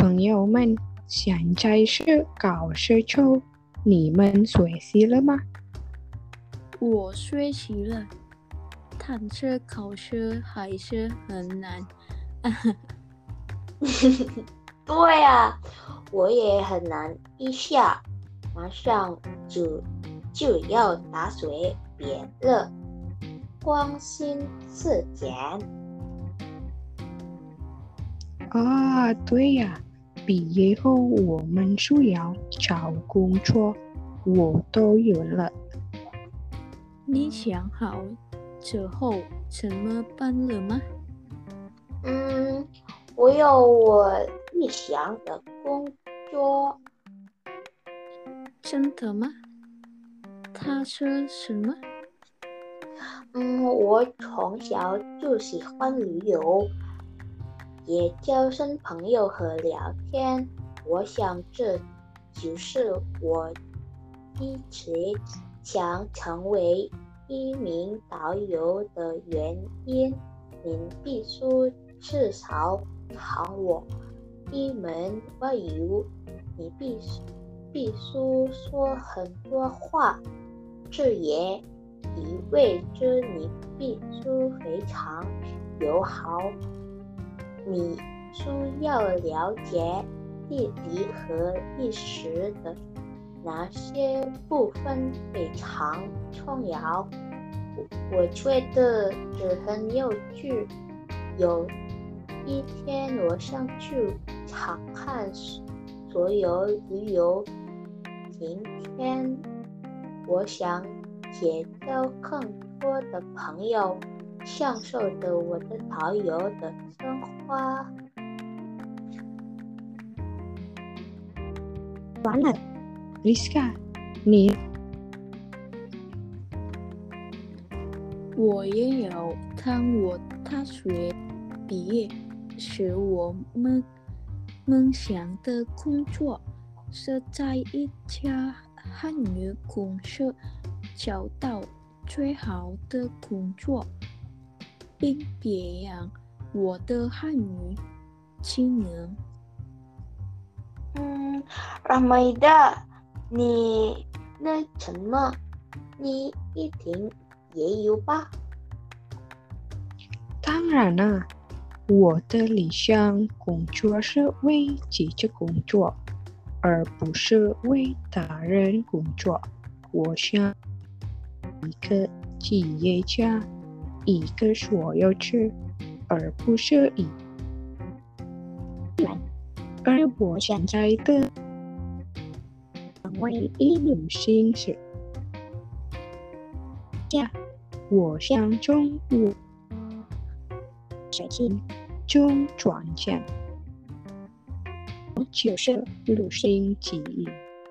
朋友们，现在是考试周，你们学习了吗？ 我学习了，但是考试还是很难。 对啊，我也很难一下，马上就要大学毕业了，光心似箭。 啊，对呀，毕业后我们需要找工作，我都有了。 你想好之后怎么办了吗？ 我有我理想的工作。 真的吗？他说什么？ 我从小就喜欢旅游，也交新朋友和聊天。我想这就是我一直想成为一名导游的原因。你必须至少考我一门外语，你必须说很多话，这也意味着你必须非常友好。你需要了解地理和历史的哪些部分非常重要。我觉得这很有趣。有一天我想去查看所有旅游景点，我想结交更多的朋友，享受着我的导游的生活。 完了，Rizka，你我也有，当我大学毕业时，我梦想的工作是在一家汉语公司找到最好的工作，并培养我的汉语技能。 Rahmaida，你那什么，你一定也有吧？ 当然啦，我的理想工作是为自己工作，而不是为他人工作。我想一个企业家，一个所有者，而不是一人。而我现在的成为一流星时，我想从我事情中赚钱，就是旅行之一。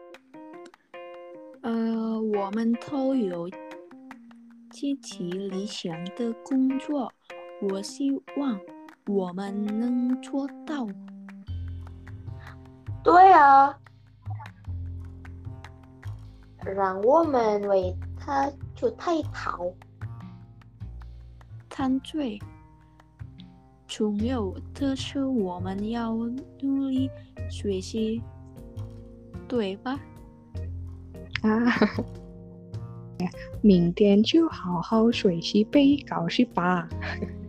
我们都有自己理想的工作，我希望我们能做到。 对啊，让我们为他做探讨。 但最重要的是，我们要努力学习，对吧？ 啊，明天就好好学习背考试吧。